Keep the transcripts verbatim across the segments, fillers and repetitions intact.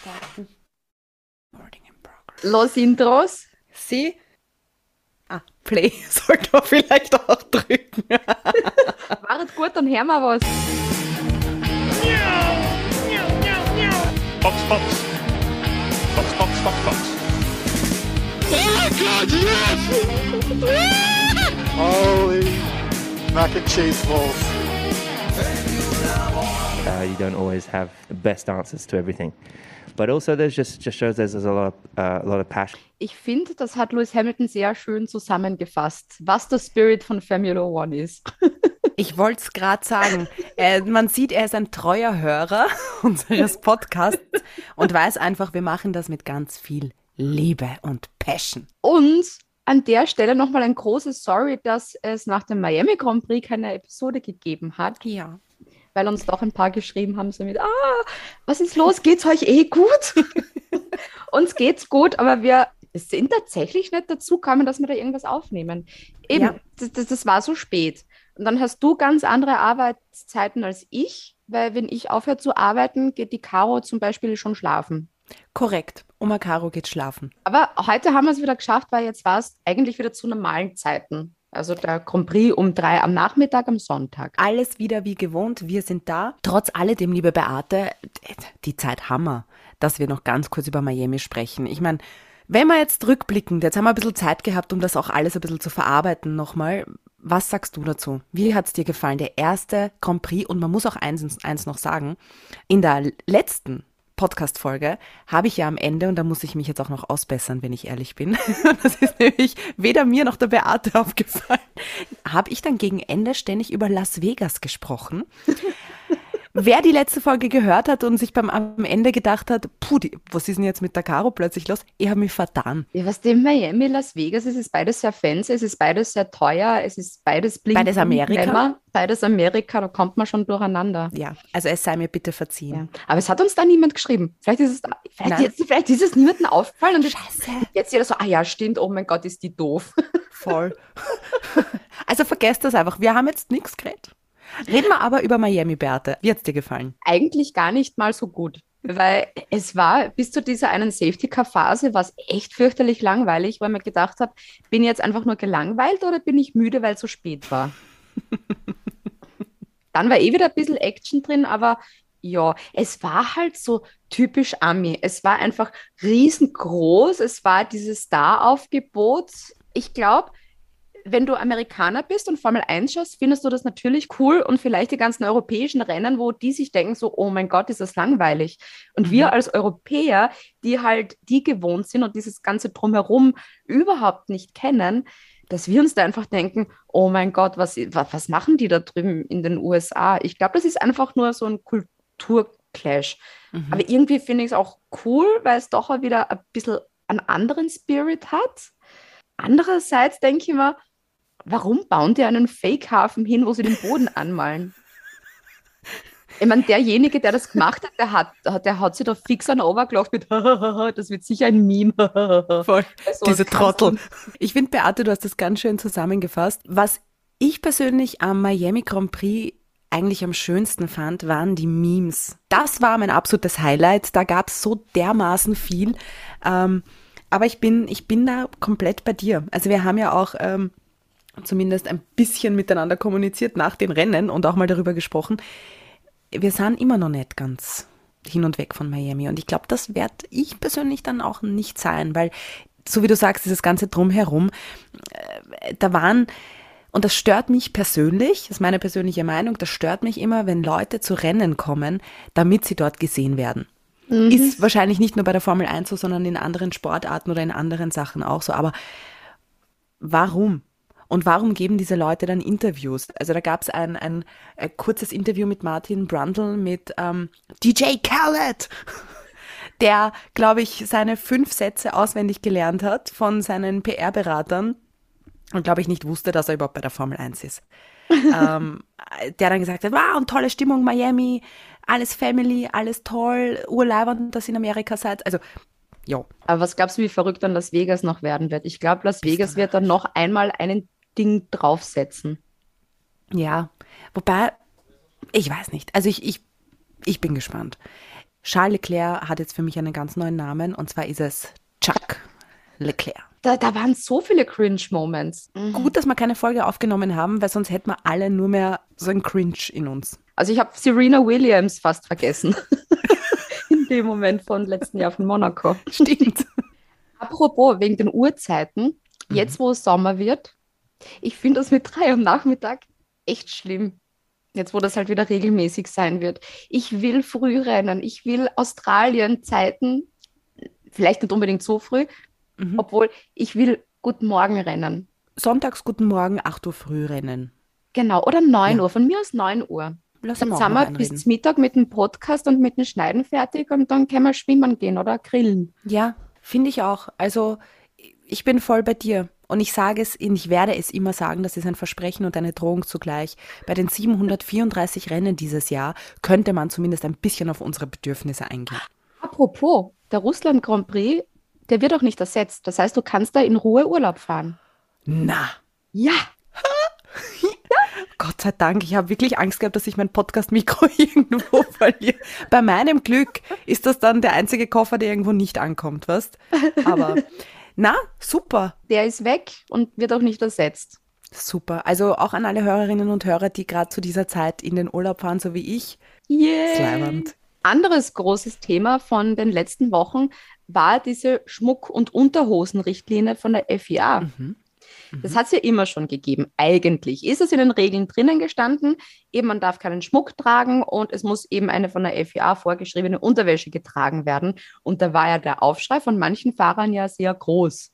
starten. Recording in progress. Los Intros. Sie? Ah, Play sollte man vielleicht auch drücken. Wartet gut, dann hören wir was. Fox, Fox. Fox, Fox, Fox, Fox. Oh God, yes! Holy mac and cheese balls. Uh, you don't always have the best answers to everything. But also there's just, just shows there's, there's a lot of, uh, a lot of passion. Ich finde, das hat Lewis Hamilton sehr schön zusammengefasst, was der Spirit von Formula One ist. Ich wollte es gerade sagen. Äh, man sieht, er ist ein treuer Hörer unseres Podcasts und weiß einfach, wir machen das mit ganz viel Liebe und Passion. Und an der Stelle nochmal ein großes Sorry, dass es nach dem Miami Grand Prix keine Episode gegeben hat. Ja. Weil uns doch ein paar geschrieben haben, so mit, ah, was ist los, geht's euch eh gut? Uns geht's gut, aber wir sind tatsächlich nicht dazu gekommen, dass wir da irgendwas aufnehmen. Eben, Ja. das, das, das war so spät. Und dann hast du ganz andere Arbeitszeiten als ich, weil wenn ich aufhöre zu arbeiten, geht die Caro zum Beispiel schon schlafen. Korrekt. Oma Caro geht schlafen. Aber heute haben wir es wieder geschafft, weil jetzt war es eigentlich wieder zu normalen Zeiten. Also der Grand Prix um drei am Nachmittag am Sonntag. Alles wieder wie gewohnt. Wir sind da. Trotz alledem, liebe Beate, die Zeit haben wir, dass wir noch ganz kurz über Miami sprechen. Ich meine, wenn wir jetzt rückblicken, jetzt haben wir ein bisschen Zeit gehabt, um das auch alles ein bisschen zu verarbeiten nochmal. Was sagst du dazu? Wie hat es dir gefallen? Der erste Grand Prix, und man muss auch eins, eins noch sagen, in der letzten Podcast-Folge habe ich ja am Ende, und da muss ich mich jetzt auch noch ausbessern, wenn ich ehrlich bin, das ist nämlich weder mir noch der Beate aufgefallen, habe ich dann gegen Ende ständig über Las Vegas gesprochen. Wer die letzte Folge gehört hat und sich beim am Ende gedacht hat, puh, die, was ist denn jetzt mit der Caro plötzlich los? Ich habe mich vertan. Ja, was dem Miami, Las Vegas, es ist beides sehr fancy, es ist beides sehr teuer, es ist beides bling. Beides Amerika. Glamour, Beides Amerika, da kommt man schon durcheinander. Ja, also es sei mir bitte verziehen. Ja. Aber es hat uns da niemand geschrieben. Vielleicht ist es, da, vielleicht Nein. jetzt, vielleicht ist es niemandem aufgefallen und jetzt, Scheiße. jetzt jeder so, ah ja, stimmt, oh mein Gott, ist die doof. Voll. Also vergesst das einfach. Wir haben jetzt nichts geredet. Reden wir aber über Miami, Beate. Wie hat's dir gefallen? Eigentlich gar nicht mal so gut, weil es war bis zu dieser einen Safety-Car-Phase war es echt fürchterlich langweilig, weil man gedacht hat, bin ich jetzt einfach nur gelangweilt oder bin ich müde, weil es so spät war? Dann war eh wieder ein bisschen Action drin, aber ja, es war halt so typisch Ami. Es war einfach riesengroß, es war dieses Star-Aufgebot. Ich glaube, wenn du Amerikaner bist und Formel eins schaust, findest du das natürlich cool und vielleicht die ganzen europäischen Rennen, wo die sich denken so, oh mein Gott, ist das langweilig. Und Mhm. wir als Europäer, die halt die gewohnt sind und dieses ganze Drumherum überhaupt nicht kennen, dass wir uns da einfach denken, oh mein Gott, was, was, was machen die da drüben in den U S A? Ich glaube, das ist einfach nur so ein Kulturclash. Mhm. Aber irgendwie finde ich es auch cool, weil es doch auch wieder ein bisschen einen anderen Spirit hat. Andererseits denke ich mir, warum bauen die einen Fake-Hafen hin, wo sie den Boden anmalen? Ich meine, derjenige, der das gemacht hat, der hat, der hat sich da fix an Obergelacht mit das wird sicher ein Meme. Voll. Also, Diese kannst Trottel. du- Ich finde, Beate, du hast das ganz schön zusammengefasst. Was ich persönlich am Miami Grand Prix eigentlich am schönsten fand, waren die Memes. Das war mein absolutes Highlight. Da gab es so dermaßen viel. Ähm, aber ich bin, ich bin da komplett bei dir. Also wir haben ja auch ähm, zumindest ein bisschen miteinander kommuniziert nach den Rennen und auch mal darüber gesprochen. Wir sind immer noch nicht ganz hin und weg von Miami. Und ich glaube, das werde ich persönlich dann auch nicht sein, weil, so wie du sagst, dieses ganze Drumherum, äh, da waren, und das stört mich persönlich, das ist meine persönliche Meinung, das stört mich immer, wenn Leute zu Rennen kommen, damit sie dort gesehen werden. Mhm. Ist wahrscheinlich nicht nur bei der Formel eins so, sondern in anderen Sportarten oder in anderen Sachen auch so. Aber warum? Und warum geben diese Leute dann Interviews? Also da gab es ein, ein, ein kurzes Interview mit Martin Brundle mit ähm, D J Khaled, der, glaube ich, seine fünf Sätze auswendig gelernt hat von seinen P R-Beratern und, glaube ich, nicht wusste, dass er überhaupt bei der Formel eins ist. ähm, der dann gesagt hat, wow, und tolle Stimmung, Miami, alles Family, alles toll, urleibend, dass ihr in Amerika seid. Also, ja. Aber was glaubst du, wie verrückt dann Las Vegas noch werden wird? Ich glaube, Las Vegas wird dann noch einmal einen Ding draufsetzen. Ja, wobei, ich weiß nicht. Also ich, ich, ich bin gespannt. Charles Leclerc hat jetzt für mich einen ganz neuen Namen und zwar ist es Chuck Leclerc. Da, da waren so viele Cringe-Moments. Gut, dass wir keine Folge aufgenommen haben, weil sonst hätten wir alle nur mehr so ein Cringe in uns. Also ich habe Serena Williams fast vergessen. In dem Moment von letzten Jahr von Monaco. Stimmt. Apropos, wegen den Uhrzeiten, jetzt wo es Sommer wird, ich finde das mit drei am Nachmittag echt schlimm. Jetzt, wo das halt wieder regelmäßig sein wird. Ich will früh rennen. Ich will Australien-Zeiten, vielleicht nicht unbedingt so früh, Mhm. obwohl ich will Guten Morgen rennen. Sonntags guten Morgen, acht Uhr früh rennen. Genau, oder neun Ja. Uhr. Von mir aus neun Uhr. Lass Dann mal auch sind noch wir einreden. bis Mittag mit dem Podcast und mit dem Schneiden fertig und dann können wir schwimmen gehen oder grillen. Ja, finde ich auch. Also ich bin voll bei dir. Und ich sage es, ich werde es immer sagen, das ist ein Versprechen und eine Drohung zugleich. Bei den siebenhundertvierunddreißig Rennen dieses Jahr könnte man zumindest ein bisschen auf unsere Bedürfnisse eingehen. Apropos, der Russland Grand Prix, der wird auch nicht ersetzt. Das heißt, du kannst da in Ruhe Urlaub fahren. Na, Ja, Gott sei Dank, ich habe wirklich Angst gehabt, dass ich mein Podcast-Mikro irgendwo verliere. Bei meinem Glück ist das dann der einzige Koffer, der irgendwo nicht ankommt, weißt? Aber na, super. der ist weg und wird auch nicht ersetzt. Super. Also auch an alle Hörerinnen und Hörer, die gerade zu dieser Zeit in den Urlaub fahren, so wie ich. Yeah. Sleiwand. Anderes großes Thema von den letzten Wochen war diese Schmuck- und Unterhosenrichtlinie von der F I A. Mhm. Das hat es ja immer schon gegeben. Eigentlich ist es in den Regeln drinnen gestanden, eben man darf keinen Schmuck tragen und es muss eben eine von der F I A vorgeschriebene Unterwäsche getragen werden. Und da war ja der Aufschrei von manchen Fahrern ja sehr groß.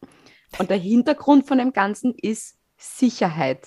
Und der Hintergrund von dem Ganzen ist Sicherheit.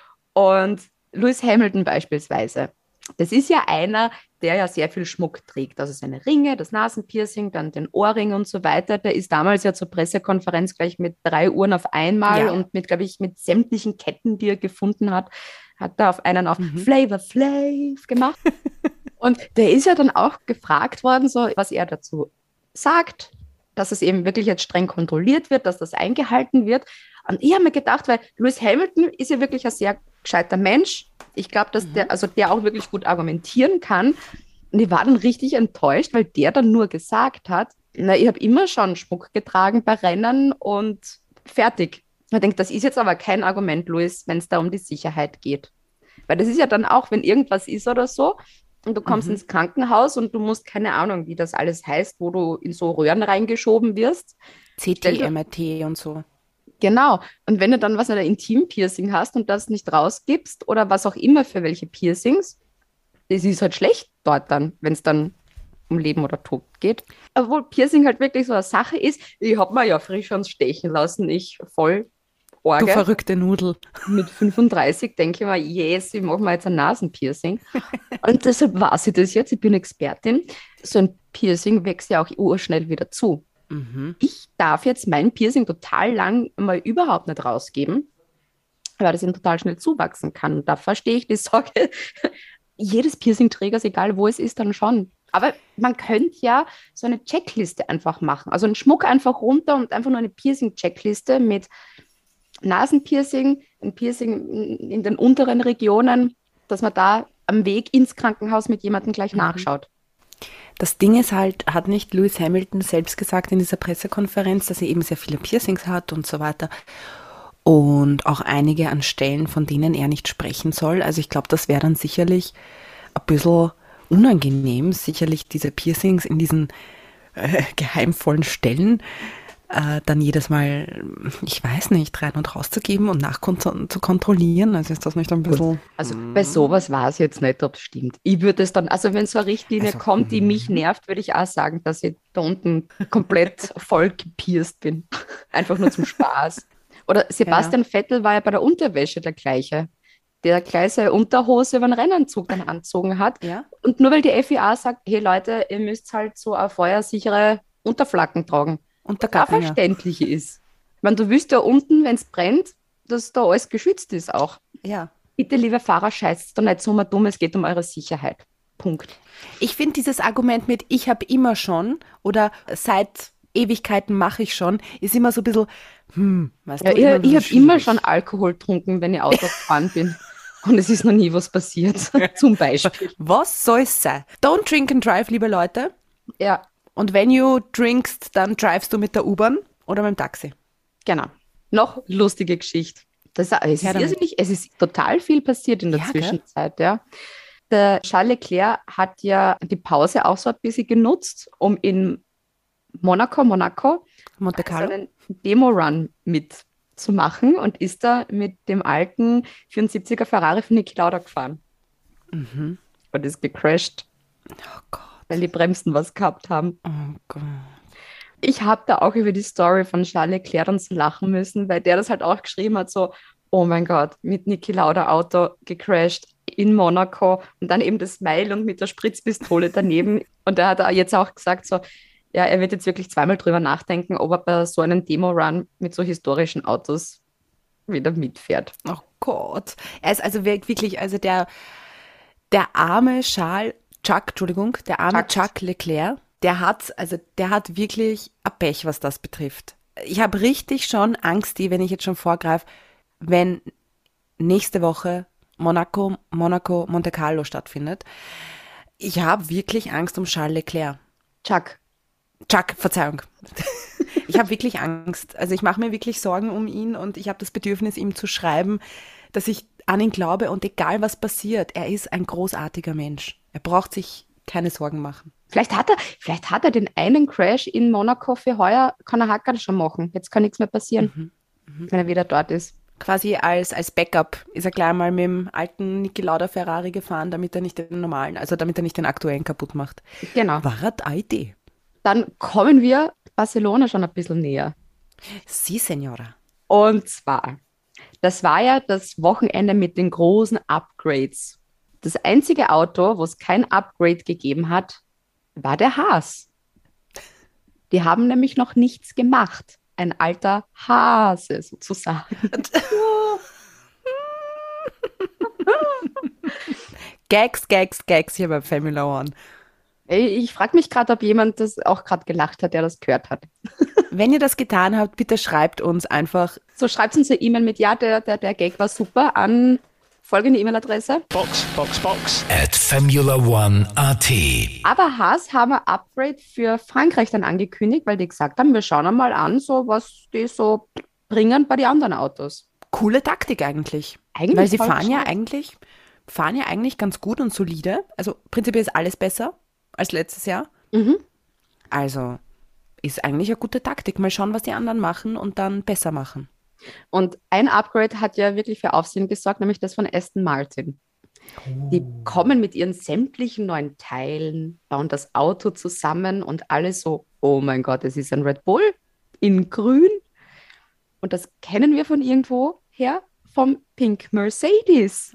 Und Lewis Hamilton beispielsweise, das ist ja einer, der ja sehr viel Schmuck trägt. Also seine Ringe, das Nasenpiercing, dann den Ohrring und so weiter. Der ist damals ja zur Pressekonferenz gleich mit drei Uhren auf einmal Ja. und mit, glaube ich, mit sämtlichen Ketten, die er gefunden hat, hat er auf einen auf Mhm. Flavor Flav gemacht. Und der ist ja dann auch gefragt worden, so, was er dazu sagt, dass es eben wirklich jetzt streng kontrolliert wird, dass das eingehalten wird. Und ich habe mir gedacht, weil Lewis Hamilton ist ja wirklich ein sehr gescheiter Mensch. Ich glaube, dass der, also der auch wirklich gut argumentieren kann. Und ich war dann richtig enttäuscht, weil der dann nur gesagt hat, na, ich habe immer schon Schmuck getragen bei Rennen und fertig. Ich denke, das ist jetzt aber kein Argument, Lewis, wenn es da um die Sicherheit geht. Weil das ist ja dann auch, wenn irgendwas ist oder so, und du kommst Mhm. ins Krankenhaus und du musst, keine Ahnung, wie das alles heißt, wo du in so Röhren reingeschoben wirst. C Stell T, dir- M R T und so. Genau. Und wenn du dann was in der Intim-Piercing hast und das nicht rausgibst oder was auch immer für welche Piercings, das ist halt schlecht dort dann, wenn es dann um Leben oder Tod geht. Obwohl Piercing halt wirklich so eine Sache ist. Ich habe mir ja frisch ans Stechen lassen. Ich voll Du Orge. verrückte Nudel. Mit fünfunddreißig denke ich mir, yes, ich mache mir jetzt ein Nasenpiercing. Und deshalb weiß ich das jetzt. Ich bin Expertin. So ein Piercing wächst ja auch urschnell wieder zu. Mhm. Ich darf jetzt mein Piercing total lang mal überhaupt nicht rausgeben, weil das eben total schnell zuwachsen kann. Und da verstehe ich die Sorge jedes Piercing-Trägers, egal wo es ist, dann schon. Aber man könnte ja so eine Checkliste einfach machen. Also einen Schmuck einfach runter und einfach nur eine Piercing-Checkliste mit Nasenpiercing, ein Piercing in in den unteren Regionen, dass man da am Weg ins Krankenhaus mit jemandem gleich Mhm. nachschaut. Das Ding ist halt, hat nicht Lewis Hamilton selbst gesagt in dieser Pressekonferenz, dass er eben sehr viele Piercings hat und so weiter. Und auch einige an Stellen, von denen er nicht sprechen soll. Also ich glaube, das wäre dann sicherlich ein bisschen unangenehm, sicherlich diese Piercings in diesen äh, geheimvollen Stellen äh, dann jedes Mal, ich weiß nicht, rein und rauszugeben und nachkon- zu kontrollieren. Also ist das nicht ein bisschen... Also bei sowas weiß ich jetzt nicht, ob es stimmt. Ich würde es dann, also wenn so eine Richtlinie Also, kommt, die mich nervt, würde ich auch sagen, dass ich da unten komplett voll gepierst bin. Einfach nur zum Spaß. Oder Sebastian Vettel war ja bei der Unterwäsche der gleiche, der gleich seine Unterhose über einen Rennanzug dann anzogen hat. Ja? Und nur weil die F I A sagt, hey Leute, ihr müsst halt so eine feuersichere Unterflacken tragen, Und der auch Gattinger. verständlich ist. Ich meine, du willst ja unten, wenn es brennt, dass da alles geschützt ist auch. Ja. Bitte, liebe Fahrer, scheißt doch nicht so mal dumm, es geht um eure Sicherheit. Punkt. Ich finde dieses Argument mit ich habe immer schon oder seit Ewigkeiten mache ich schon, ist immer so ein bisschen, hm, weißt Ja, du, ich immer ein ich bisschen habe immer schwierig. schon Alkohol getrunken, wenn ich Auto gefahren bin. Und es ist noch nie was passiert, zum Beispiel. Was soll's sein? Don't drink and drive, liebe Leute. Ja, Und wenn du drinkst, dann drivest du mit der U-Bahn oder mit dem Taxi. genau. Noch lustige Geschichte. Das, es, ist Her damit. irrsinnig, es ist total viel passiert in der Ja, gell? Zwischenzeit. Ja. Der Charles Leclerc hat ja die Pause auch so ein bisschen genutzt, um in Monaco, Monaco Monte Carlo. seinen Demo-Run mitzumachen und ist da mit dem alten vierundsiebziger Ferrari von Niki Lauda gefahren. Mhm. Und ist gecrashed, Oh Gott. weil die Bremsen was gehabt haben. Oh Gott. Ich habe da auch über die Story von Charles Leclerc dann so lachen müssen, weil der das halt auch geschrieben hat, so, oh mein Gott, mit Niki Lauda Auto gecrashed in Monaco und dann eben das Smile und mit der Spritzpistole daneben. Und er hat auch jetzt auch gesagt, so, ja, er wird jetzt wirklich zweimal drüber nachdenken, ob er bei so einem Demo-Run mit so historischen Autos wieder mitfährt. Oh Gott. Er ist also wirk- wirklich, also der, der arme Charles, Chuck, Entschuldigung, der arme Chuck. Chuck Leclerc, der hat, also der hat wirklich ein Pech, was das betrifft. Ich habe richtig schon Angst, die, wenn ich jetzt schon vorgreife, wenn nächste Woche Monaco, Monaco, Monte Carlo stattfindet. Ich habe wirklich Angst um Charles Leclerc. Chuck, Chuck, Verzeihung. Ich habe wirklich Angst. Also ich mache mir wirklich Sorgen um ihn und ich habe das Bedürfnis, ihm zu schreiben, dass ich an ihn glaube und egal was passiert, er ist ein großartiger Mensch. Er braucht sich keine Sorgen machen. vielleicht hat er, vielleicht hat er den einen Crash in Monaco für heuer, kann er Hackern schon machen. Jetzt kann nichts mehr passieren, wenn er wieder dort ist. Quasi als, als Backup ist er gleich mal mit dem alten Niki Lauda Ferrari gefahren, damit er nicht den normalen, also damit er nicht den aktuellen kaputt macht. Genau. War das eine Idee? Dann kommen wir Barcelona schon ein bisschen näher. Sie, Senora. Und zwar, das war ja das Wochenende mit den großen Upgrades. Das einzige Auto, wo es kein Upgrade gegeben hat, war der Haas. Die haben nämlich noch nichts gemacht. Ein alter Hase sozusagen. Gags, Gags, Gags hier bei Formula One. Ich frage mich gerade, ob jemand das auch gerade gelacht hat, der das gehört hat. Wenn ihr das getan habt, bitte schreibt uns einfach. So schreibt uns eine E-Mail mit, ja, der, der, der Gag war super, an folgende E-Mail-Adresse. Box, Box, Box. at Formula One At. Aber Haas haben ein Upgrade für Frankreich dann angekündigt, weil die gesagt haben, wir schauen einmal an, so was die so bringen bei den anderen Autos. Coole Taktik eigentlich. Eigentlich Weil sie voll fahren ja gescheit. eigentlich, fahren ja eigentlich ganz gut und solide. Also prinzipiell ist alles besser als letztes Jahr. Mhm. Also ist eigentlich eine gute Taktik. Mal schauen, was die anderen machen und dann besser machen. Und ein Upgrade hat ja wirklich für Aufsehen gesorgt, nämlich das von Aston Martin. Die kommen mit ihren sämtlichen neuen Teilen, bauen das Auto zusammen und alles so, oh mein Gott, es ist ein Red Bull in grün. Und das kennen wir von irgendwo her, vom Pink Mercedes.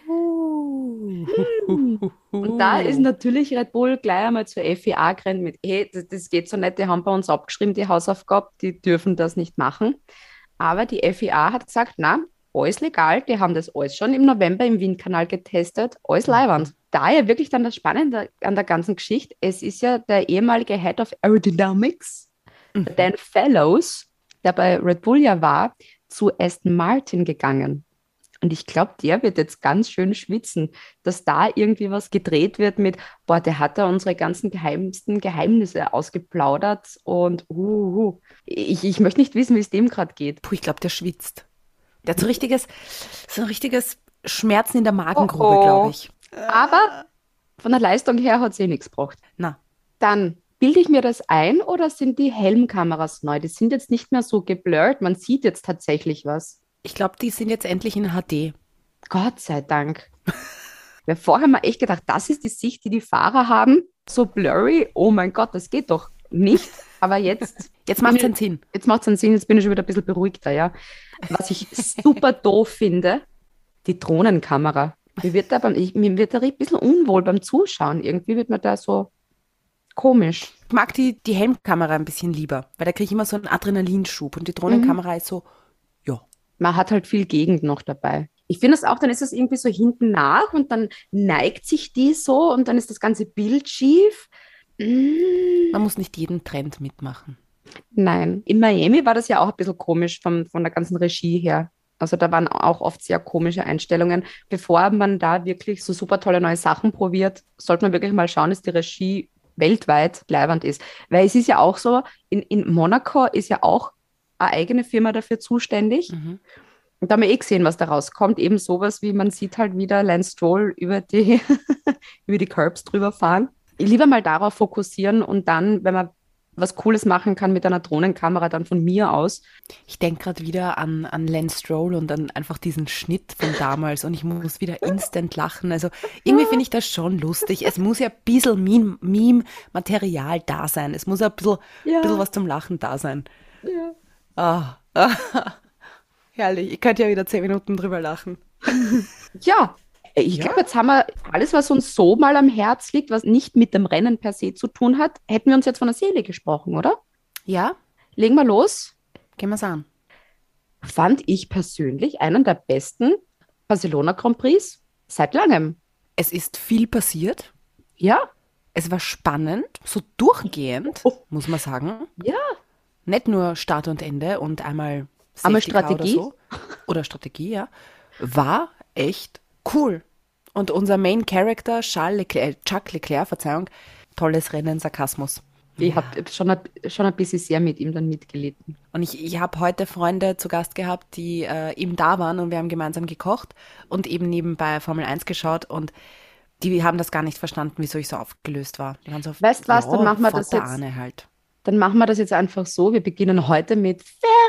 Und da ist natürlich Red Bull gleich einmal zur F I A gerannt mit, hey, das, das geht so nicht, die haben bei uns abgeschrieben, die Hausaufgabe, die dürfen das nicht machen. Aber die F I A hat gesagt, na, alles legal, die haben das alles schon im November im Wien-Kanal getestet, alles leiwand. Da ja wirklich dann das Spannende an der ganzen Geschichte, es ist ja der ehemalige Head of Aerodynamics, der Dan Fellows, der bei Red Bull ja war, zu Aston Martin gegangen. Und ich glaube, der wird jetzt ganz schön schwitzen, dass da irgendwie was gedreht wird mit, boah, der hat da unsere ganzen geheimsten Geheimnisse ausgeplaudert und uh, uh. Ich, ich möchte nicht wissen, wie es dem gerade geht. Puh, ich glaube, der schwitzt. Der hat so richtiges, so ein richtiges Schmerzen in der Magengrube, Oh, oh. glaube ich. Aber von der Leistung her hat es eh nichts gebracht. Na, Dann bilde ich mir das ein oder sind die Helmkameras neu? Die sind jetzt nicht mehr so geblurrt, man sieht jetzt tatsächlich was. ich glaube, die sind jetzt endlich in H D. Gott sei Dank. Weil vorher haben wir echt gedacht, das ist die Sicht, die die Fahrer haben. So blurry, oh mein Gott, das geht doch nicht. Aber jetzt, Jetzt macht es einen Sinn. jetzt macht es einen Sinn, jetzt bin ich schon wieder ein bisschen beruhigter, ja. Was ich super doof finde, die Drohnenkamera. Mir wird da, beim, ich, mir wird da ein bisschen unwohl beim Zuschauen. Irgendwie wird mir da so komisch. Ich mag die, die Helmkamera ein bisschen lieber, weil da kriege ich immer so einen Adrenalinschub und die Drohnenkamera ist so, ja. Man hat halt viel Gegend noch dabei. Ich finde es auch, dann ist es irgendwie so hinten nach und dann neigt sich die so und dann ist das ganze Bild schief. Mm, Man muss nicht jeden Trend mitmachen. nein. In Miami war das ja auch ein bisschen komisch vom, von der ganzen Regie her. Also da waren auch oft sehr komische Einstellungen. Bevor man da wirklich so super tolle neue Sachen probiert, sollte man wirklich mal schauen, dass die Regie weltweit bleibend ist. Weil es ist ja auch so, in, in Monaco ist ja auch eine eigene Firma dafür zuständig. Mhm. Und da haben wir eh gesehen, was da rauskommt. Eben sowas wie, man sieht halt wieder Lance Stroll über die, über die Curbs drüber fahren. Lieber mal darauf fokussieren und dann, wenn man was Cooles machen kann mit einer Drohnenkamera, dann von mir aus. Ich denke gerade wieder an, an Lance Stroll und an einfach diesen Schnitt von damals und ich muss wieder instant lachen. Also irgendwie finde ich das schon lustig. Es muss ja ein bisschen Meme- Meme-Material da sein. Es muss ja ein bisschen, Ja. bisschen was zum Lachen da sein. Ja. Ah, herrlich. Ich könnte ja wieder zehn Minuten drüber lachen. Ja, ich Ja. glaube, jetzt haben wir alles, was uns so mal am Herz liegt, was nicht mit dem Rennen per se zu tun hat, hätten wir uns jetzt von der Seele gesprochen, oder? Ja, Legen wir los. gehen wir's an. Fand ich persönlich einen der besten Barcelona Grand Prix seit langem. Es ist viel passiert. Ja, Es war spannend, so durchgehend, Oh. muss man sagen. ja. Nicht nur Start und Ende und einmal Einmal Safety Car Strategie. Oder, so. Oder Strategie, ja. War echt cool. Und unser Main Character, Charles Leclerc, äh, Chuck Leclerc, Verzeihung, tolles Rennen, Sarkasmus. Ich habe schon, ein- schon ein bisschen sehr mit ihm dann mitgelitten. Und ich, ich habe heute Freunde zu Gast gehabt, die äh, eben da waren und wir haben gemeinsam gekocht und eben nebenbei Formel eins geschaut und die haben das gar nicht verstanden, wieso ich so aufgelöst war. Die waren so, Weißt was, dann machen wir das Vater jetzt- Arne halt. Dann machen wir das jetzt einfach so. Wir beginnen heute mit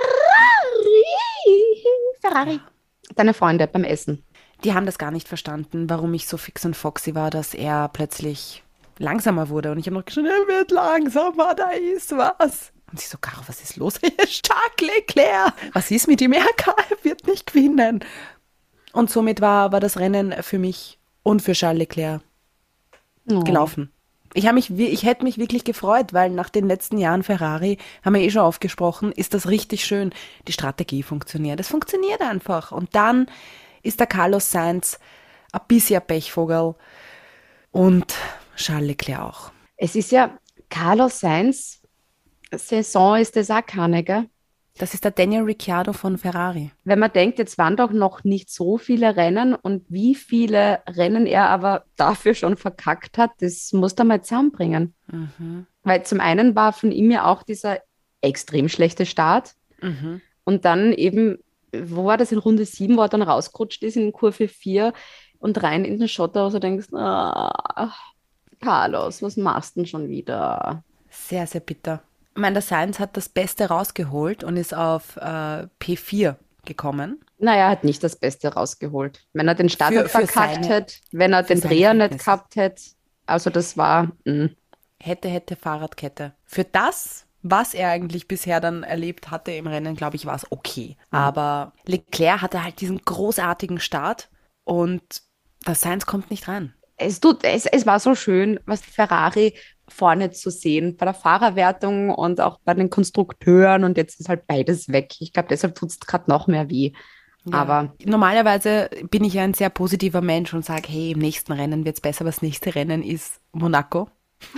Ferrari. Ferrari. Deine Freunde beim Essen. Die haben das gar nicht verstanden, warum ich so fix und foxy war, dass er plötzlich langsamer wurde. Und ich habe noch geschrieben, er wird langsamer, da ist was. Und sie so, Caro, was ist los? Er ist stark, Leclerc. Was ist mit ihm? Er kann, er wird nicht gewinnen. Und somit war, war das Rennen für mich und für Charles Leclerc Oh. gelaufen. Ich, hab mich, wir- ich hätte mich wirklich gefreut, weil nach den letzten Jahren Ferrari, haben wir eh schon aufgesprochen, ist das richtig schön. Die Strategie funktioniert. Es funktioniert einfach. Und dann ist der Carlos Sainz ein bisschen ein Pechvogel und Charles Leclerc auch. Es ist ja, Carlos Sainz Saison ist das auch keine, gell? Das ist der Daniel Ricciardo von Ferrari. Wenn man denkt, jetzt waren doch noch nicht so viele Rennen und wie viele Rennen er aber dafür schon verkackt hat, das muss er mal zusammenbringen. Mhm. Weil zum einen war von ihm ja auch dieser extrem schlechte Start Mhm. und dann eben, wo war das in Runde sieben, wo er dann rausgerutscht ist in Kurve vier und rein in den Schotter, wo du denkst, ah, Carlos, was machst du denn schon wieder? Sehr, sehr bitter. Ich meine, der Sainz hat das Beste rausgeholt und ist auf äh, P vier gekommen. Naja, er hat nicht das Beste rausgeholt. Wenn er den Start Für- nicht für verkackt seine- hätte, wenn er für den seine Dreher nicht Verhältnisse. gehabt hätte, also das war, mh. Hätte, hätte, Fahrradkette. Für das, was er eigentlich bisher dann erlebt hatte im Rennen, glaube ich, war es okay. Aber Leclerc hatte halt diesen großartigen Start und der Sainz kommt nicht rein. Es, tut, es, es war so schön, was Ferrari vorne zu sehen, bei der Fahrerwertung und auch bei den Konstrukteuren und jetzt ist halt beides weg. Ich glaube, deshalb tut es gerade noch mehr weh. Ja. Aber Normalerweise bin ich ja ein sehr positiver Mensch und sage, hey, im nächsten Rennen wird es besser, aber das nächste Rennen ist Monaco.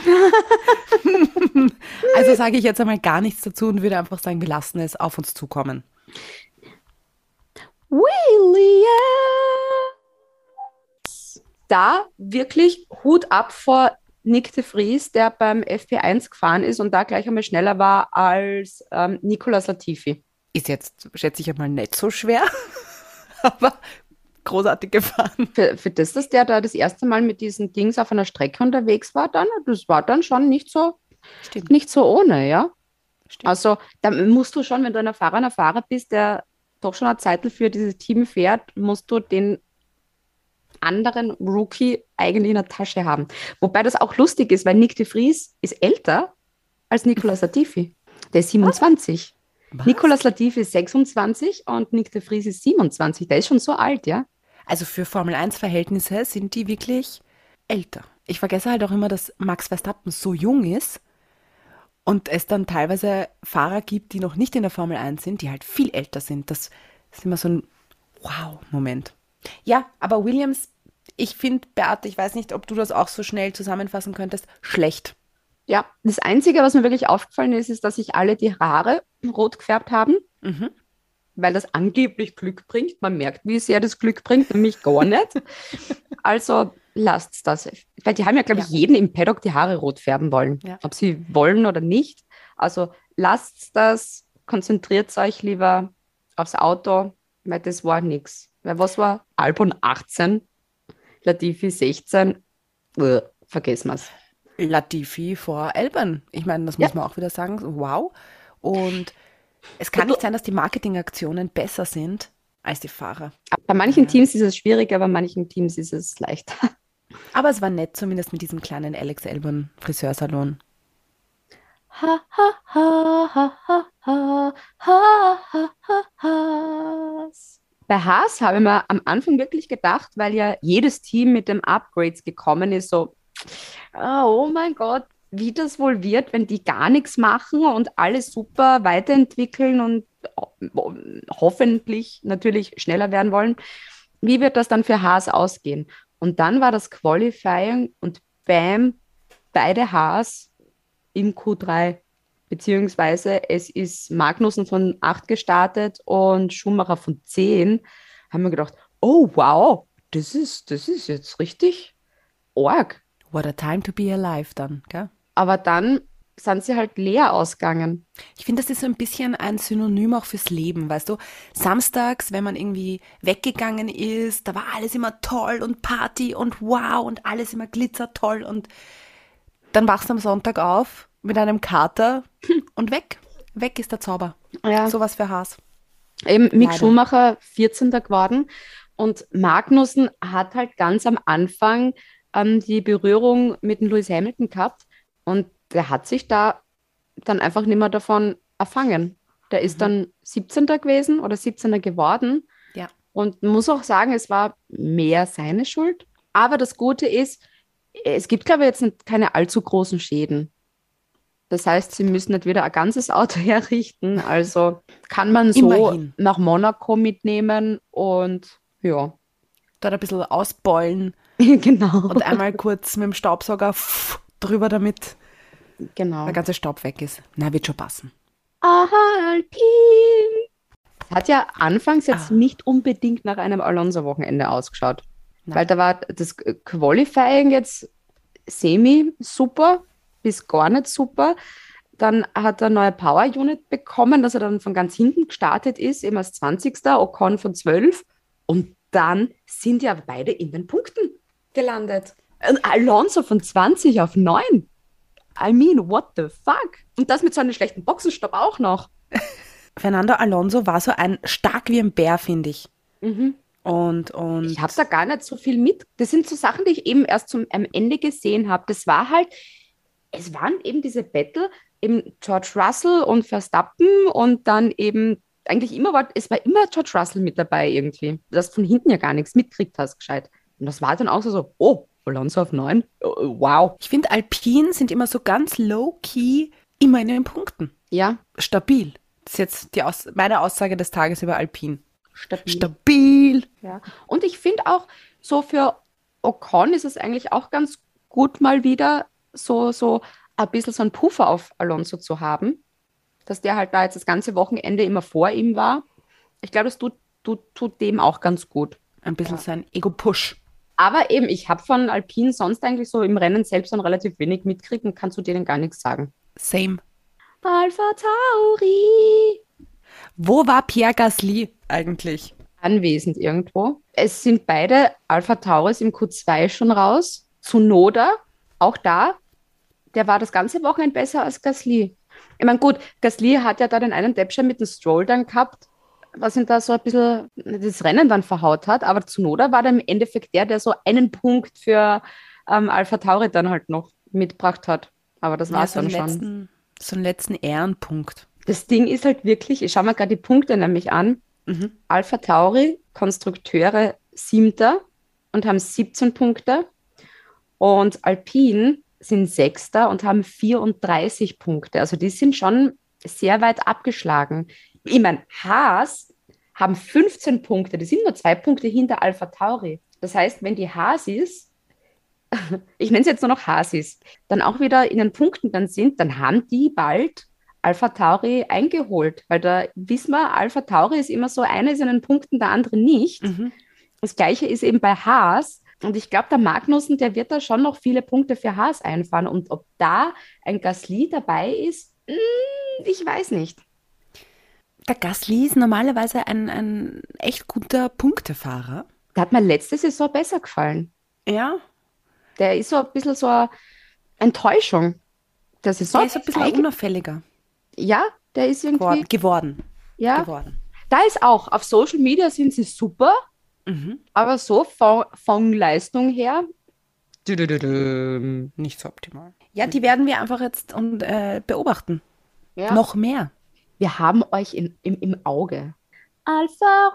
Also sage ich jetzt einmal gar nichts dazu und würde einfach sagen, wir lassen es auf uns zukommen. Williams! Da wirklich Hut ab vor Nick de Vries, der beim F P eins gefahren ist und da gleich einmal schneller war als ähm, Nicolas Latifi. Ist jetzt, schätze ich einmal, nicht so schwer, aber großartig gefahren. Für, für das, dass der da das erste Mal mit diesen Dings auf einer Strecke unterwegs war, dann, das war dann schon nicht so, Stimmt. nicht so ohne, ja. Stimmt. Also da musst du schon, wenn du ein erfahrener Fahrer bist, der doch schon eine Zeit für dieses Team fährt, musst du den anderen Rookie eigentlich in der Tasche haben. Wobei das auch lustig ist, weil Nick de Vries ist älter als Nicolas Latifi. Der ist siebenundzwanzig. Was? Nicolas Latifi ist sechsundzwanzig und Nick de Vries ist siebenundzwanzig. Der ist schon so alt, ja. Also für Formel eins Verhältnisse sind die wirklich älter. Ich vergesse halt auch immer, dass Max Verstappen so jung ist und es dann teilweise Fahrer gibt, die noch nicht in der Formel eins sind, die halt viel älter sind. Das ist immer so ein Wow-Moment. Ja, aber Williams, ich finde, Beate, ich weiß nicht, ob du das auch so schnell zusammenfassen könntest, schlecht. Ja, das Einzige, was mir wirklich aufgefallen ist, ist, dass sich alle die Haare rot gefärbt haben. Mhm. weil das angeblich Glück bringt. Man merkt, wie sehr das Glück bringt, nämlich gar nicht. Also lasst das. Weil die haben ja, glaube ich, Ja. jeden im Paddock die Haare rot färben wollen. Ja. Ob sie wollen oder nicht. Also lasst das, konzentriert euch lieber aufs Auto, weil das war nichts. Weil was war? Albon achtzehn, Latifi sechzehn, Uah, vergessen wir es. Latifi vor Albon. Ich meine, das Ja. muss man auch wieder sagen. Wow. Und es kann nicht sein, dass die Marketingaktionen besser sind als die Fahrer. Bei manchen Ja. Teams ist es schwieriger, bei manchen Teams ist es leichter. Aber es war nett, zumindest mit diesem kleinen Alex Albon Friseursalon. Ha, ha, ha, ha, ha, ha, ha, ha, ha, Haas. Bei Haas habe ich mir am Anfang wirklich gedacht, weil ja jedes Team mit dem Upgrades gekommen ist, so, ah, oh mein Gott, wie das wohl wird, wenn die gar nichts machen und alles super weiterentwickeln und ho- hoffentlich natürlich schneller werden wollen. Wie wird das dann für Haas ausgehen? Und dann war das Qualifying und bam, beide Haas im Q drei, beziehungsweise es ist Magnussen von acht gestartet und Schumacher von zehn. Haben wir gedacht, oh wow, das ist, das ist jetzt richtig arg. What a time to be alive dann, gell? Aber dann sind sie halt leer ausgegangen. Ich finde, das ist so ein bisschen ein Synonym auch fürs Leben, weißt du? Samstags, wenn man irgendwie weggegangen ist, da war alles immer toll und Party und wow und alles immer glitzertoll und dann wachst du am Sonntag auf mit einem Kater und weg. Weg ist der Zauber. Ja. Sowas für Haas. Eben Mick Leider. Schumacher vierzehnter geworden und Magnussen hat halt ganz am Anfang ähm, die Berührung mit dem Lewis Hamilton gehabt und der hat sich da dann einfach nicht mehr davon erfangen. Der ist dann siebzehnter gewesen oder siebzehnter geworden Ja. und man muss auch sagen, es war mehr seine Schuld. Aber das Gute ist, es gibt, glaube ich, jetzt nicht keine allzu großen Schäden. Das heißt, sie müssen nicht wieder ein ganzes Auto herrichten. Also kann man so Immerhin. nach Monaco mitnehmen und ja, Dort ein bisschen ausbeulen genau. und einmal kurz mit dem Staubsauger pff, drüber, damit genau. der ganze Staub weg ist. Na, wird schon passen. Aha, Alpine. Hat ja anfangs jetzt Ah. nicht unbedingt nach einem Alonso-Wochenende ausgeschaut. Nein. Weil da war das Qualifying jetzt semi super bis gar nicht super. Dann hat er eine neue Power-Unit bekommen, dass er dann von ganz hinten gestartet ist, eben als zwanzigster Ocon von zwölf. Und dann sind ja beide in den Punkten gelandet. Und Alonso von zwanzig auf neun. I mean, what the fuck? Und das mit so einem schlechten Boxenstopp auch noch. Fernando Alonso war so ein stark wie ein Bär, finde ich. Mhm. Und, und Ich habe da gar nicht so viel mit. Das sind so Sachen, die ich eben erst zum am Ende gesehen habe. Das war halt, es waren eben diese Battle, eben George Russell und Verstappen und dann eben, eigentlich immer war, es war immer George Russell mit dabei irgendwie. Dass du von hinten ja gar nichts mitkriegt hast, gescheit. Und das war dann auch so, so oh, Alonso auf neun, oh, wow. ich finde, Alpine sind immer so ganz low-key immer in den Punkten. Ja, Stabil. Das ist jetzt die Aus meine Aussage des Tages über Alpine. stabil. Stabil. Ja. Und ich finde auch, so für Ocon ist es eigentlich auch ganz gut, mal wieder so, so ein bisschen so einen Puffer auf Alonso zu haben, dass der halt da jetzt das ganze Wochenende immer vor ihm war. Ich glaube, das tut, tut, tut dem auch ganz gut. Ein bisschen sein Ego-Push. Aber eben, ich habe von Alpine sonst eigentlich so im Rennen selbst dann relativ wenig mitkriegen und kann zu denen gar nichts sagen. Same. Alpha Tauri. Wo war Pierre Gasly eigentlich? Anwesend irgendwo. Es sind beide Alpha Tauris im Q zwei schon raus. Tsunoda, auch da, der war das ganze Wochenende besser als Gasly. Ich meine, gut, Gasly hat ja da den einen Deppschein mit dem Stroll dann gehabt, was ihn da so ein bisschen das Rennen dann verhaut hat. Aber Tsunoda war dann im Endeffekt der, der so einen Punkt für ähm, Alpha Tauri dann halt noch mitgebracht hat. Aber das war es so, dann einen schon. letzten, so einen letzten Ehrenpunkt. Das Ding ist halt wirklich, ich schaue mir gerade die Punkte nämlich an. Mhm. Alpha Tauri, Konstrukteure siebter und haben siebzehn Punkte. Und Alpine sind Sechster und haben vierunddreißig Punkte. Also die sind schon sehr weit abgeschlagen. Ich meine, Haas haben fünfzehn Punkte. Die sind nur zwei Punkte hinter Alpha Tauri. Das heißt, wenn die Haasis, ich nenne es jetzt nur noch Haasis, dann auch wieder in den Punkten dann sind, dann haben die bald Alpha Tauri eingeholt, weil da wissen wir, Alpha Tauri ist immer so, einer ist in den Punkten, der andere nicht. Mhm. Das Gleiche ist eben bei Haas. Und ich glaube, der Magnussen, der wird da schon noch viele Punkte für Haas einfahren. Und ob da ein Gasly dabei ist, mh, ich weiß nicht. Der Gasly ist normalerweise ein, ein echt guter Punktefahrer. Der hat mir letzte Saison besser gefallen. Ja. Der ist so ein bisschen so eine Enttäuschung der Saison. Der ist ein bisschen Eigentlich- unauffälliger Ja, der ist irgendwie, geworden. geworden. ja, geworden. da ist auch, auf Social Media sind sie super, Mhm. aber so von, von Leistung her, dü- dü- dü- dü. Nicht so optimal. Ja, die werden wir einfach jetzt und, äh, beobachten. Ja. Noch mehr. Wir haben euch in, im, im Auge. Alfa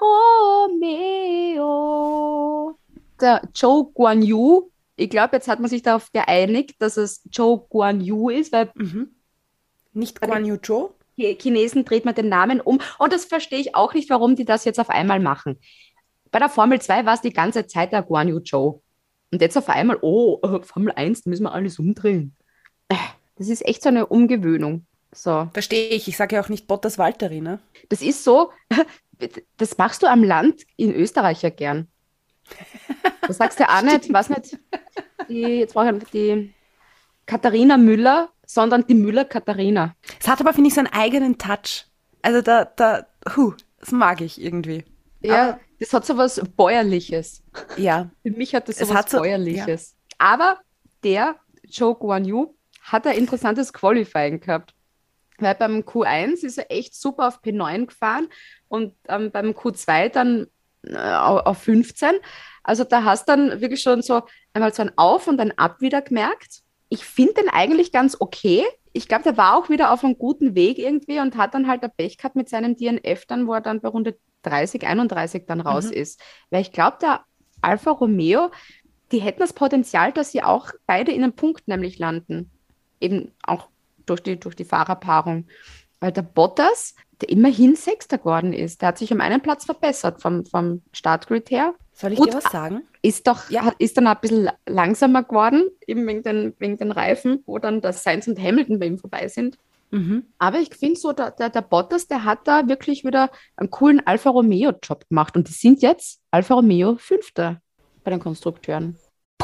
Romeo. Der Zhou Guan Yu, ich glaube, jetzt hat man sich darauf geeinigt, dass es Zhou Guan Yu ist, weil Mhm. Nicht Guan Yu Zhou? die Chinesen dreht man den Namen um. Und das verstehe ich auch nicht, warum die das jetzt auf einmal machen. Bei der Formel zwei war es die ganze Zeit der Guan Yu Zhou. Und jetzt auf einmal, oh, äh, Formel eins, da müssen wir alles umdrehen. Äh, Das ist echt so eine Umgewöhnung. So. Verstehe ich. Ich sage ja auch nicht Bottas Valtteri, ne? Das ist so, das machst du am Land in Österreich ja gern. Du sagst ja auch nicht, was nicht, die, jetzt brauche ich die Katharina Müller, sondern die Müller-Katharina. Es hat aber, finde ich, so einen eigenen Touch. Also da, da, huh, das mag ich irgendwie. Ja, das hat so was Bäuerliches. Ja. Für mich hat das so Es was hat so- Bäuerliches. Aber der Zhou Guan Yu hat ein interessantes Qualifying gehabt. Weil beim Q eins ist er echt super auf P neun gefahren und ähm, beim Q zwei dann äh, auf fünfzehn. Also da hast dann wirklich schon so einmal so ein Auf und ein Ab wieder gemerkt. Ich finde den eigentlich ganz okay. Ich glaube, der war auch wieder auf einem guten Weg irgendwie und hat dann halt ein Pech gehabt mit seinem D N F dann, wo er dann bei Runde dreißig, einunddreißig dann raus ist. Weil ich glaube, der Alfa Romeo, die hätten das Potenzial, dass sie auch beide in einem Punkt nämlich landen. Eben auch durch die, durch die Fahrerpaarung. Weil der Bottas, der immerhin Sechster geworden ist, der hat sich um einen Platz verbessert vom, vom Startgrid her. Soll ich Gut, dir was sagen? Ist doch, Ja. hat, ist dann ein bisschen langsamer geworden, eben wegen den, wegen den Reifen, wo dann das Sainz und Hamilton bei ihm vorbei sind. Mhm. Aber ich finde so, der, der, der Bottas, der hat da wirklich wieder einen coolen Alfa Romeo-Job gemacht. Und die sind jetzt Alfa Romeo Fünfter bei den Konstrukteuren.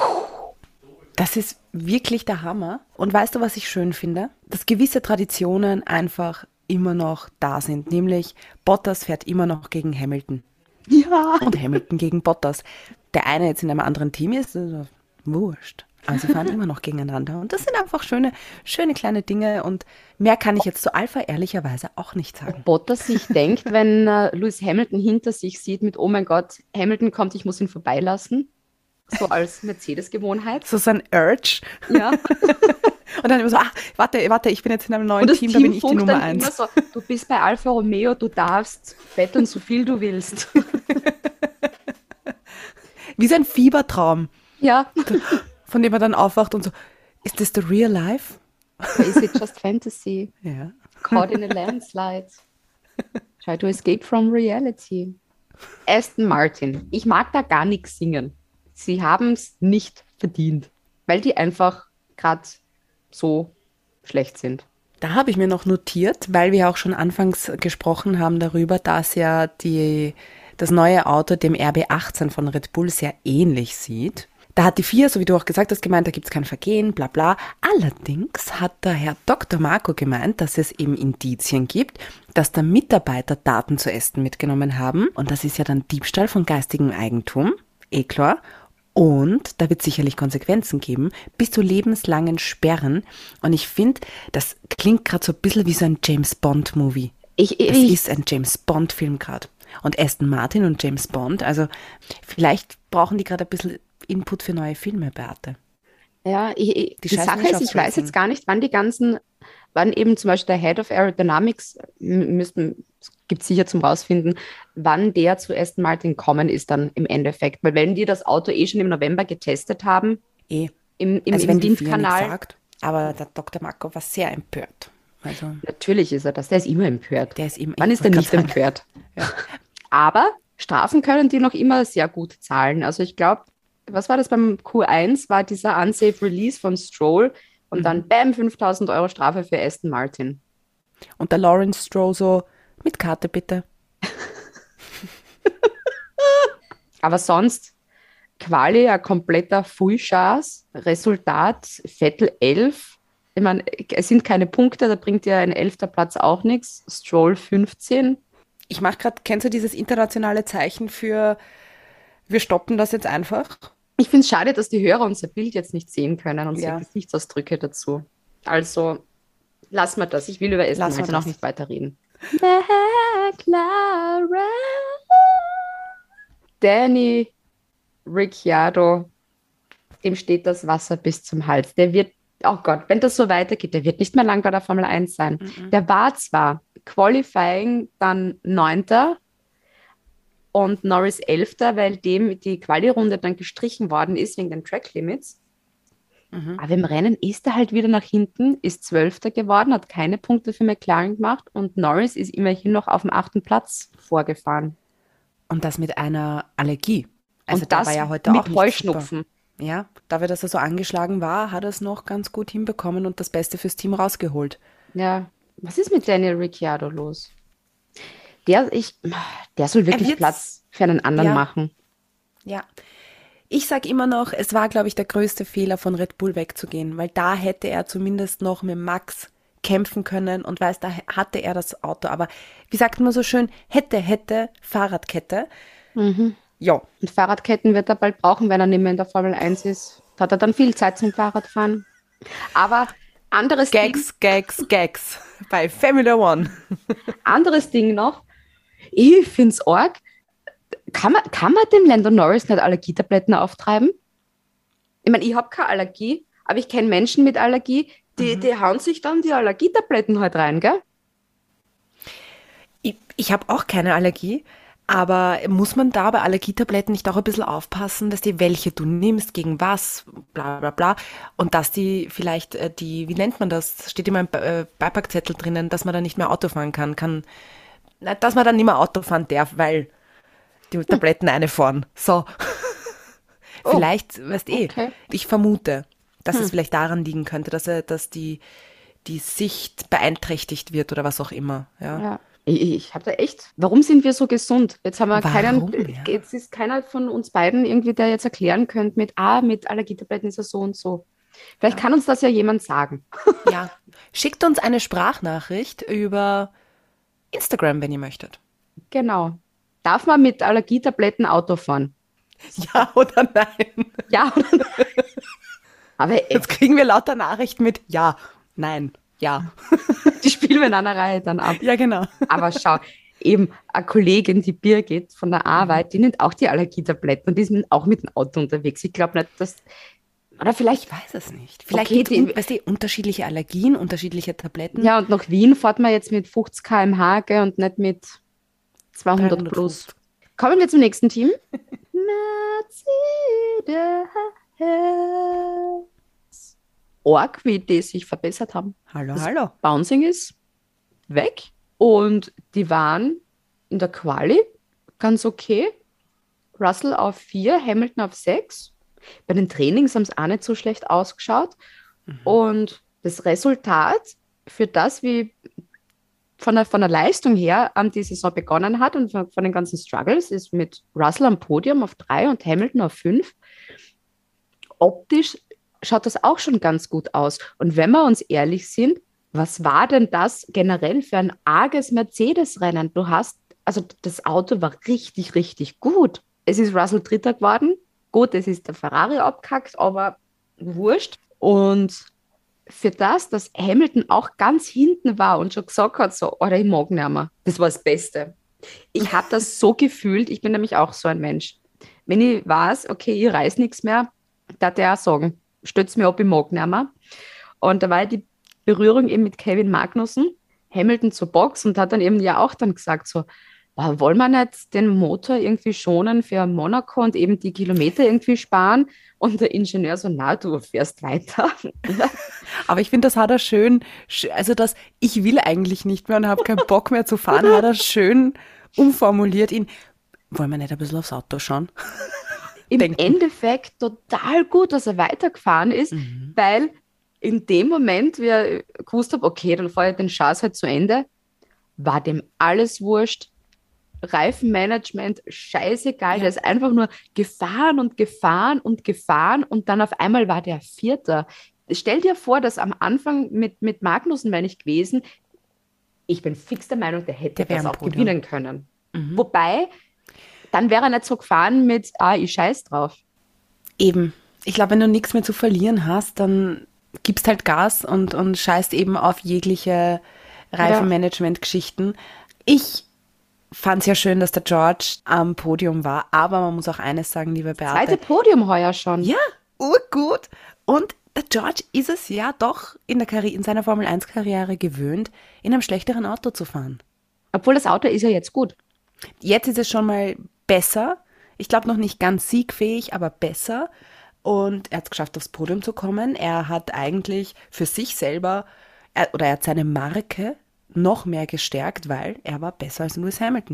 Das ist wirklich der Hammer. Und weißt du, was ich schön finde? Dass gewisse Traditionen einfach immer noch da sind. Nämlich Bottas fährt immer noch gegen Hamilton. Ja. Und Hamilton gegen Bottas. Der eine jetzt in einem anderen Team ist, also wurscht. Aber sie fahren immer noch gegeneinander. Und das sind einfach schöne, schöne kleine Dinge. Und mehr kann ich jetzt zu Alpha ehrlicherweise auch nicht sagen. Bottas sich denkt, wenn äh, Lewis Hamilton hinter sich sieht mit, oh mein Gott, Hamilton kommt, ich muss ihn vorbeilassen. So als Mercedes-Gewohnheit. So sein Urge. Ja. Und dann immer so, ach, warte, warte, ich bin jetzt in einem neuen Und das Team, da bin ich die funkt Nummer dann eins. immer so, du bist bei Alfa Romeo, du darfst betteln, so viel du willst. Wie so ein Fiebertraum, Ja. von dem er dann aufwacht und so, ist das the real life? Or is it just fantasy? Ja. Caught in a landslide. Try to escape from reality. Aston Martin. Ich mag da gar nichts singen. Sie haben es nicht verdient, weil die einfach gerade so schlecht sind. Da habe ich mir noch notiert, weil wir auch schon anfangs gesprochen haben darüber, dass ja die, das neue Auto dem R B achtzehn von Red Bull sehr ähnlich sieht. Da hat die F I A, so wie du auch gesagt hast, gemeint, da gibt es kein Vergehen, bla bla. Allerdings hat der Herr Doktor Marco gemeint, dass es eben Indizien gibt, dass da Mitarbeiter Daten zu Aston mitgenommen haben. Und das ist ja dann Diebstahl von geistigem Eigentum, eh klar. Und da wird sicherlich Konsequenzen geben, bis zu lebenslangen Sperren. Und ich finde, das klingt gerade so ein bisschen wie so ein James-Bond-Movie. Ich, Das ich, ist ein James-Bond-Film gerade. Und Aston Martin und James Bond, also vielleicht brauchen die gerade ein bisschen Input für neue Filme, Beate. ja, ich, ich, Die die scheiß Sache ist, ich weiß Wirtschaftsracing. jetzt gar nicht, wann die ganzen, wann eben zum Beispiel der Head of Aerodynamics, m- müssten, gibt es sicher zum rausfinden, wann der zu Aston Martin kommen ist dann im Endeffekt. Weil wenn die das Auto eh schon im November getestet haben, Eh, im, im, also im wenn die F I A nichts Windkanal, sagt. Aber der Doktor Marco war sehr empört. Also natürlich ist er das, der ist immer empört. der ist eben... Wann ich ist er wollte nicht grad sagen, empört? Ja. Aber Strafen können die noch immer sehr gut zahlen. Also ich glaube, was war das beim Q eins? War dieser Unsafe Release von Stroll und Mhm. dann bam, fünftausend Euro Strafe für Aston Martin. Und der Lawrence Stroll so, mit Karte bitte. Aber sonst, Quali, ein kompletter Fullschaß. Resultat, Vettel elf. Ich meine, es sind keine Punkte, da bringt ja ein elfter Platz auch nichts. Stroll fünfzehn. Ich mache gerade, kennst du dieses internationale Zeichen für, wir stoppen das jetzt einfach? Ich finde es schade, dass die Hörer unser Bild jetzt nicht sehen können und Ja. ja. Gesichtsausdrücke dazu. Also, lassen wir das. Ich will über Aston Lassen wir Martin das. auch nicht weiterreden. McLaren. Danny Ricciardo, dem steht das Wasser bis zum Hals. Der wird, oh Gott, wenn das so weitergeht, der wird nicht mehr lang bei der Formel eins sein. Mhm. Der war zwar Qualifying dann Neunter und Norris Elfter, weil dem die Quali-Runde dann gestrichen worden ist wegen den Track-Limits. Mhm. Aber im Rennen ist er halt wieder nach hinten, ist Zwölfter geworden, hat keine Punkte für McLaren gemacht und Norris ist immerhin noch auf dem achten Platz vorgefahren. Und das mit einer Allergie. Also und der das war ja heute mit auch nicht super. Heuschnupfen. Ja, dafür, dass er so angeschlagen war, hat er es noch ganz gut hinbekommen und das Beste fürs Team rausgeholt. Ja, was ist mit Daniel Ricciardo los? Der, ich, der soll wirklich wird's- Platz für einen anderen Ja. machen. Ja. Ich sag immer noch, es war, glaube ich, der größte Fehler von Red Bull wegzugehen, weil da hätte er zumindest noch mit Max kämpfen können und weiß, da hatte er das Auto. Aber wie sagt man so schön, hätte, hätte, Fahrradkette. Ja, Und Fahrradketten wird er bald brauchen, wenn er nicht mehr in der Formel eins ist. Da hat er dann viel Zeit zum Fahrradfahren. Aber anderes Ding, Gags, Gags, Gags bei Formula One. anderes Ding noch. Ich finde es arg. Kann man, kann man dem Lando Norris nicht Allergietabletten auftreiben? Ich meine, ich habe keine Allergie, aber ich kenne Menschen mit Allergie, die, die hauen sich dann die Allergietabletten halt rein, gell? Ich, ich habe auch keine Allergie, aber muss man da bei Allergietabletten nicht auch ein bisschen aufpassen, dass die welche du nimmst, gegen was, bla bla bla, und dass die vielleicht äh, die, wie nennt man das, steht immer im Be- äh, Beipackzettel drinnen, dass man dann nicht mehr Auto fahren kann, kann, na, dass man dann nicht mehr Auto fahren darf, weil die Tabletten eine fahren. So. Oh, Vielleicht, weißt eh, okay. ich vermute, dass es vielleicht daran liegen könnte, dass er, dass die, die Sicht beeinträchtigt wird oder was auch immer, ja. Ja. Ich, ich habe da echt. Warum sind wir so gesund? Jetzt haben wir Warum? keinen. Ja. Jetzt ist keiner von uns beiden irgendwie, der jetzt erklären könnte, mit ah, mit Allergietabletten ist er so und so. Vielleicht kann uns das ja jemand sagen. Ja, schickt uns eine Sprachnachricht über Instagram, wenn ihr möchtet. Genau. Darf man mit Allergietabletten Auto fahren? Ja oder nein? Ja oder nein? Aber ey, Jetzt kriegen wir lauter Nachrichten mit ja, nein, ja. die spielen wir in einer Reihe dann ab. Ja, genau. Aber schau, eben eine Kollegin, die Birgit von der Arbeit, die nimmt auch die Allergietabletten und die ist mit- auch mit dem Auto unterwegs. Ich glaube nicht, dass. Oder vielleicht. Ich weiß es nicht. Vielleicht Okay, gibt es die- un weißt du, unterschiedliche Allergien, unterschiedliche Tabletten. Ja, und nach Wien fährt man jetzt mit fünfzig Kilometer pro Stunde gell, und nicht mit zweihundert plus. dreihundertfünfzig. Kommen wir zum nächsten Team. Mercedes. Org, wie die sich verbessert haben. Hallo, Das hallo. Bouncing ist weg und die waren in der Quali ganz okay. Russell auf vier, Hamilton auf sechs. Bei den Trainings haben es auch nicht so schlecht ausgeschaut. Und das Resultat für das, wie von der, von der Leistung her ähm, die Saison begonnen hat und von, von den ganzen Struggles, ist mit Russell am Podium auf drei und Hamilton auf fünf. Optisch schaut das auch schon ganz gut aus. Und wenn wir uns ehrlich sind, was war denn das generell für ein arges Mercedes-Rennen? Du hast, also das Auto war richtig, richtig gut. Es ist Russell Dritter geworden. Gut, es ist der Ferrari abgekackt, aber wurscht. Und für das, dass Hamilton auch ganz hinten war und schon gesagt hat, so, oder ich mag nicht mehr. Das war das Beste. Ich habe das so gefühlt, ich bin nämlich auch so ein Mensch. Wenn ich weiß, okay, ich reiß nichts mehr, darf der auch sagen, stützt mir ab, ich mag nicht mehr. Und da war ja die Berührung eben mit Kevin Magnussen, Hamilton zur Box und hat dann eben ja auch dann gesagt, so, boah, wollen wir nicht den Motor irgendwie schonen für Monaco und eben die Kilometer irgendwie sparen? Und der Ingenieur so, na, du fährst weiter. Aber ich finde, das hat er schön, sch- also das, ich will eigentlich nicht mehr und habe keinen Bock mehr zu fahren, hat er schön umformuliert in, wollen wir nicht ein bisschen aufs Auto schauen? Im Denken. Endeffekt total gut, dass er weitergefahren ist, weil in dem Moment, wie er gewusst hat, okay, dann fahre ich den Schaß halt zu Ende, war dem alles wurscht. Reifenmanagement, scheißegal, Ja. der ist einfach nur gefahren und gefahren und gefahren und dann auf einmal war der Vierter. Stell dir vor, dass am Anfang mit, mit Magnussen, wenn ich gewesen, ich bin fix der Meinung, der hätte Der wäre das im auch Podium. gewinnen können. Mhm. Wobei, dann wäre er nicht so gefahren mit, ah, ich scheiß drauf. Eben. Ich glaube, wenn du nichts mehr zu verlieren hast, dann gibst halt Gas und, und scheißt eben auf jegliche Reifenmanagement-Geschichten. Ich fand es ja schön, dass der George am Podium war, aber man muss auch eines sagen, liebe Beate. Zweite Podium heuer schon. Ja, urgut. Und der George ist es ja doch in, der Karri- in seiner Formel eins Karriere gewöhnt, in einem schlechteren Auto zu fahren. Obwohl das Auto ist ja jetzt gut. Jetzt ist es schon mal besser. Ich glaube noch nicht ganz siegfähig, aber besser. Und er hat es geschafft, aufs Podium zu kommen. Er hat eigentlich für sich selber, er, oder er hat seine Marke noch mehr gestärkt, weil er war besser als Lewis Hamilton.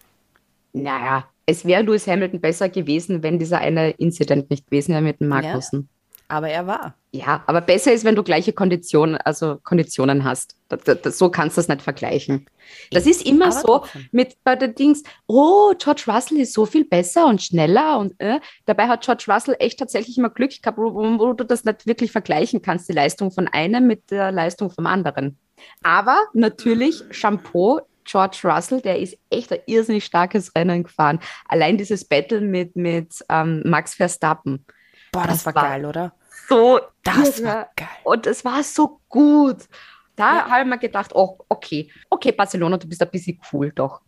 Naja, es wäre Lewis Hamilton besser gewesen, wenn dieser eine Incident nicht gewesen wäre mit dem Magnussen. Aber er war. Ja, aber besser ist, wenn du gleiche Konditionen, also Konditionen hast. Das, das, so kannst du das nicht vergleichen. Das ist immer Aber so trotzdem. mit bei den Dings, oh, George Russell ist so viel besser und schneller und äh. dabei hat George Russell echt tatsächlich immer Glück gehabt, wo, wo du das nicht wirklich vergleichen kannst, die Leistung von einem mit der Leistung vom anderen. Aber natürlich, Chapeau, George Russell, der ist echt ein irrsinnig starkes Rennen gefahren. Allein dieses Battle mit, mit ähm, Max Verstappen. Boah, das, Das war war- geil, oder? So Das irre. war geil. Und es war so gut. Da habe ich mir gedacht, oh, okay, okay, Barcelona, du bist ein bisschen cool, doch.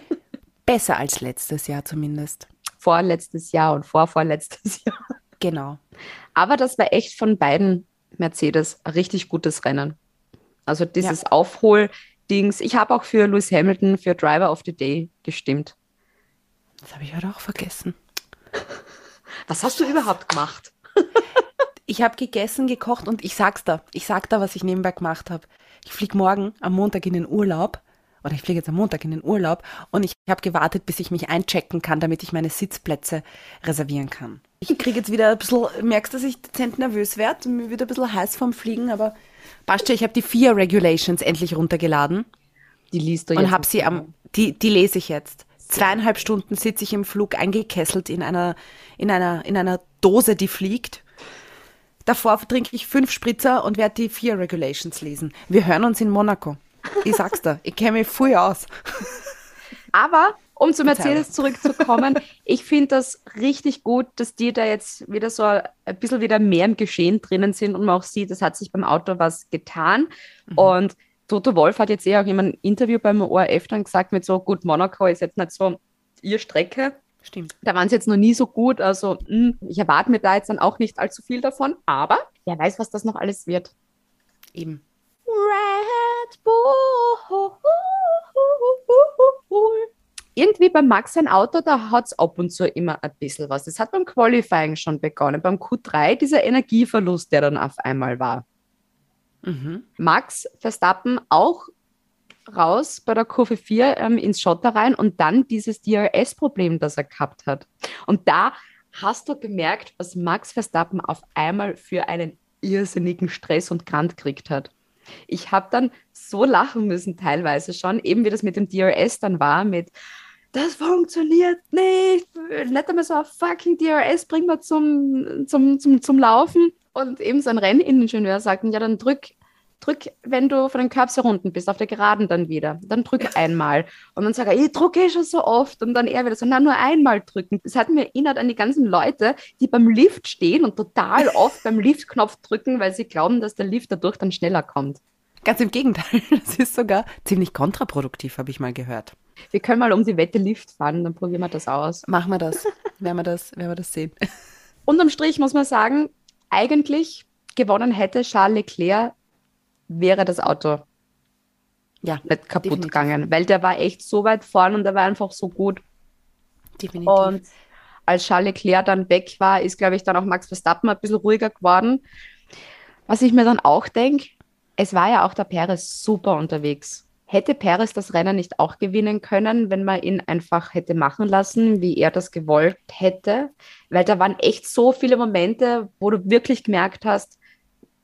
Besser als letztes Jahr zumindest. Vorletztes Jahr und vorvorletztes Jahr. Genau. Aber das war echt von beiden Mercedes ein richtig gutes Rennen. Also dieses Aufhol-Dings. Ich habe auch für Lewis Hamilton, für Driver of the Day gestimmt. Das habe ich heute auch vergessen. Was hast du überhaupt gemacht? Ich habe gegessen, gekocht und ich sag's da. Ich sag da, was ich nebenbei gemacht habe. Ich fliege morgen am Montag in den Urlaub. Oder ich fliege jetzt am Montag in den Urlaub. Und ich habe gewartet, bis ich mich einchecken kann, damit ich meine Sitzplätze reservieren kann. Ich kriege jetzt wieder ein bisschen, merkst du, dass ich dezent nervös werde? Mir wird ein bisschen heiß vom Fliegen, aber passt schon, ich habe die vier Regulations endlich runtergeladen. Die liest du jetzt. Und habe sie am, die, die lese ich jetzt. Zweieinhalb Stunden sitze ich im Flug eingekesselt in einer, in einer, in einer Dose, die fliegt. Davor trinke ich fünf Spritzer und werde die vier Regulations lesen. Wir hören uns in Monaco. Ich sag's dir, ich kenne mich voll aus. Aber um zu Verzeihung. Mercedes zurückzukommen, ich finde das richtig gut, dass die da jetzt wieder so ein bisschen wieder mehr im Geschehen drinnen sind und man auch sieht, es hat sich beim Auto was getan. Mhm. Und Toto Wolff hat jetzt eh auch in einem Interview beim O R F dann gesagt mit so, gut, Monaco ist jetzt nicht so ihre Strecke. Stimmt. Da waren sie jetzt noch nie so gut, also mh, ich erwarte mir da jetzt dann auch nicht allzu viel davon, aber wer weiß, was das noch alles wird. Eben. Red Bull. Irgendwie beim Max sein Auto, da hat es ab und zu immer ein bisschen was. Das hat beim Qualifying schon begonnen. Beim Q drei dieser Energieverlust, der dann auf einmal war. Mhm. Max Verstappen auch raus bei der Kurve vier ähm, ins Schotter rein und dann dieses D R S-Problem, das er gehabt hat. Und da hast du gemerkt, was Max Verstappen auf einmal für einen irrsinnigen Stress und Grant gekriegt hat. Ich habe dann so lachen müssen teilweise schon, eben wie das mit dem D R S dann war, mit das funktioniert nicht, nicht einmal so ein fucking D R S bringt man zum, zum, zum, zum Laufen. Und eben so ein Renningenieur sagt, ja dann drück, drück, wenn du von den Curbs herunten bist, auf der Geraden dann wieder, dann drück einmal. Und dann sagt er, ich drücke eh schon so oft. Und dann er wieder so, na, nur einmal drücken. Das hat mir erinnert an die ganzen Leute, die beim Lift stehen und total oft beim Liftknopf drücken, weil sie glauben, dass der Lift dadurch dann schneller kommt. Ganz im Gegenteil, das ist sogar ziemlich kontraproduktiv, habe ich mal gehört. Wir können mal um die Wette Lift fahren, dann probieren wir das aus. Machen wir das, werden wir das, werden wir das sehen. Unterm Strich muss man sagen, eigentlich gewonnen hätte Charles Leclerc, wäre das Auto Ja, nicht kaputt definitiv. gegangen, weil der war echt so weit vorn und der war einfach so gut. Definitiv. Und als Charles Leclerc dann weg war, ist, glaube ich, dann auch Max Verstappen ein bisschen ruhiger geworden. Was ich mir dann auch denke, es war ja auch der Perez super unterwegs. Hätte Perez das Rennen nicht auch gewinnen können, wenn man ihn einfach hätte machen lassen, wie er das gewollt hätte? Weil da waren echt so viele Momente, wo du wirklich gemerkt hast,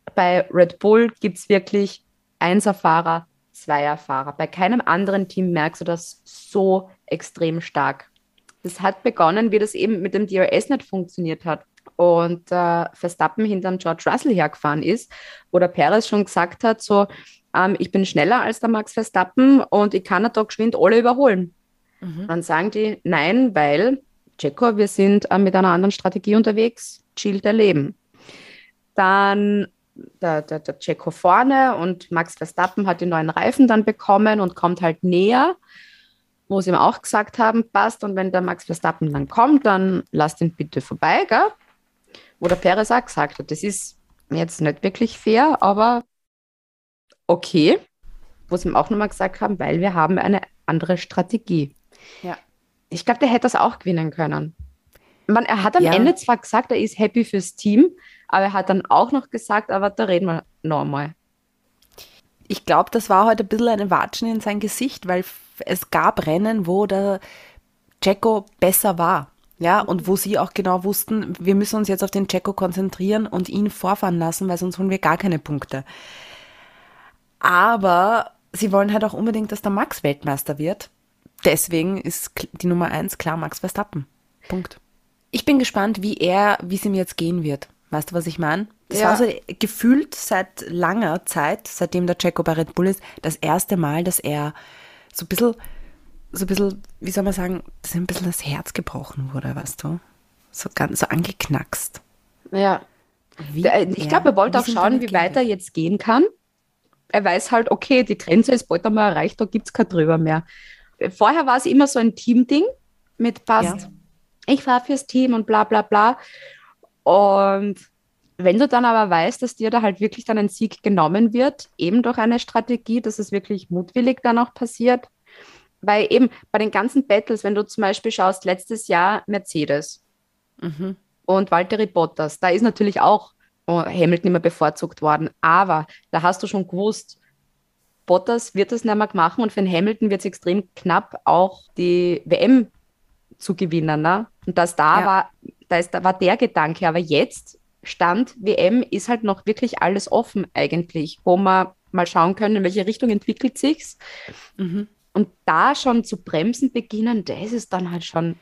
bei Red Bull gibt es wirklich Einserfahrer, Zweierfahrer. Bei keinem anderen Team merkst du das so extrem stark. Das hat begonnen, wie das eben mit dem D R S nicht funktioniert hat und äh, Verstappen hinterm George Russell hergefahren ist, wo der Perez schon gesagt hat, so, ähm, ich bin schneller als der Max Verstappen und ich kann da geschwind alle überholen. Mhm. Dann sagen die, nein, weil, Checo, wir sind äh, mit einer anderen Strategie unterwegs, chillt erleben. Dann der, der, der Checo vorne und Max Verstappen hat die neuen Reifen dann bekommen und kommt halt näher, wo sie ihm auch gesagt haben, passt, und wenn der Max Verstappen dann kommt, dann lasst ihn bitte vorbei, gell? Wo der Perez auch gesagt hat, das ist jetzt nicht wirklich fair, aber okay, wo sie ihm auch nochmal gesagt haben, weil wir haben eine andere Strategie. Ja. Ich glaube, der hätte das auch gewinnen können. Man, er hat am Ja. Ende zwar gesagt, er ist happy fürs Team, aber er hat dann auch noch gesagt, aber da reden wir noch einmal. Ich glaube, das war heute ein bisschen eine Watschen in sein Gesicht, weil f- es gab Rennen, wo der Checo besser war. Ja, und wo sie auch genau wussten, wir müssen uns jetzt auf den Checo konzentrieren und ihn vorfahren lassen, weil sonst holen wir gar keine Punkte. Aber sie wollen halt auch unbedingt, dass der Max Weltmeister wird. Deswegen ist k- die Nummer eins klar Max Verstappen. Punkt. Ich bin gespannt, wie er, wie es ihm jetzt gehen wird. Weißt du, was ich meine? Das Ja. war so gefühlt seit langer Zeit, seitdem der Checo bei Red Bull ist, das erste Mal, dass er so ein bisschen, so ein bisschen, wie soll man sagen, dass ihm ein bisschen das Herz gebrochen wurde, weißt du? So ganz, so angeknackst. Ja. Wie Der, ich glaube, er wollte wie auch es ihm schauen, damit wie gehen weit er wird. jetzt gehen kann. Er weiß halt, okay, die Grenze ist bald einmal erreicht, da gibt es kein drüber mehr. Vorher war es immer so ein Team-Ding mit passt, Ja. ich fahre fürs Team und bla bla bla. Und wenn du dann aber weißt, dass dir da halt wirklich dann ein Sieg genommen wird, eben durch eine Strategie, dass es wirklich mutwillig dann auch passiert, weil eben bei den ganzen Battles, wenn du zum Beispiel schaust, letztes Jahr Mercedes Mhm. und Valtteri Bottas, da ist natürlich auch oh, Hamilton immer bevorzugt worden, aber da hast du schon gewusst, Bottas wird das nicht mehr machen und für den Hamilton wird es extrem knapp, auch die W M zu gewinnen. Ne? Und das da Ja. war, da ist, da war der Gedanke, aber jetzt Stand W M ist halt noch wirklich alles offen eigentlich, wo wir mal schauen können, in welche Richtung entwickelt sich's. Mhm. Und da schon zu bremsen beginnen, das ist dann halt schon.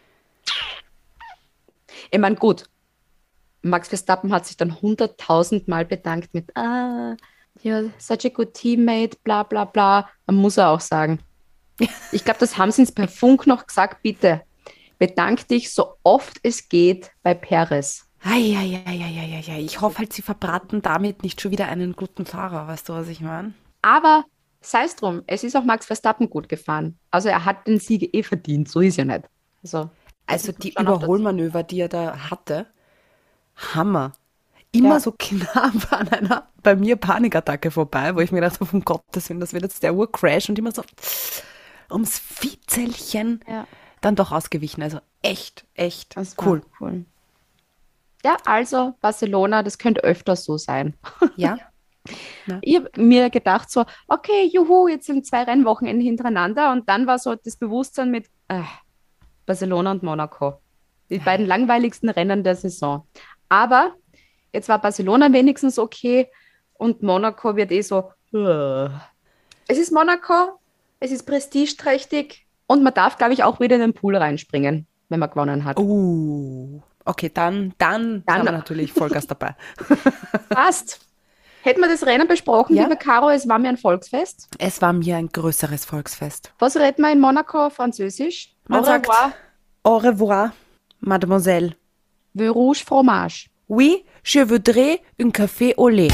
Ich meine, gut, Max Verstappen hat sich dann hunderttausend Mal bedankt mit, ah, you're such a good teammate, bla bla bla. Man muss er auch sagen. Ich glaube, das haben sie uns per Funk noch gesagt, bitte bedank dich so oft es geht bei Perez. Eieieiei. Ich hoffe halt, sie verbraten damit nicht schon wieder einen guten Fahrer, weißt du, was ich meine? Aber sei es drum, es ist auch Max Verstappen gut gefahren. Also er hat den Sieg eh verdient, so ist ja nicht. Also, Also die schon noch dazu. Überholmanöver, die er da hatte, Hammer. Immer Ja. so knapp an einer, bei mir Panikattacke vorbei, wo ich mir gedacht habe, um Gottes Willen, das wird jetzt der Urcrash und immer so ums Vierzelchen Ja. dann doch ausgewichen. Also echt, echt Das war cool. cool. Ja, also Barcelona, das könnte öfter so sein. Ja, Ich habe mir gedacht so, okay, juhu, jetzt sind zwei Rennwochenenden hintereinander und dann war so das Bewusstsein mit äh, Barcelona und Monaco. Die beiden langweiligsten Rennen der Saison. Aber jetzt war Barcelona wenigstens okay und Monaco wird eh so. äh. Es ist Monaco, es ist prestigeträchtig und man darf, glaube ich, auch wieder in den Pool reinspringen, wenn man gewonnen hat. Uh, okay, dann, dann, Dann- sind wir natürlich Vollgas dabei. Passt. Hätten wir das Rennen besprochen, Ja. liebe Caro, es war mir ein Volksfest. Es war mir ein größeres Volksfest. Was reden wir in Monaco Französisch? Man Au sagt revoir, Au revoir, mademoiselle. vin rouge fromage. Oui, je voudrais un café au lait.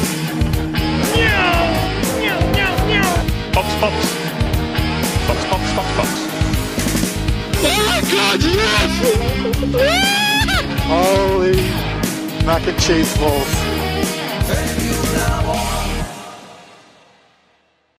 Fox, Fox. Fox, Fox, Fox, Fox. Holy mac and cheese balls.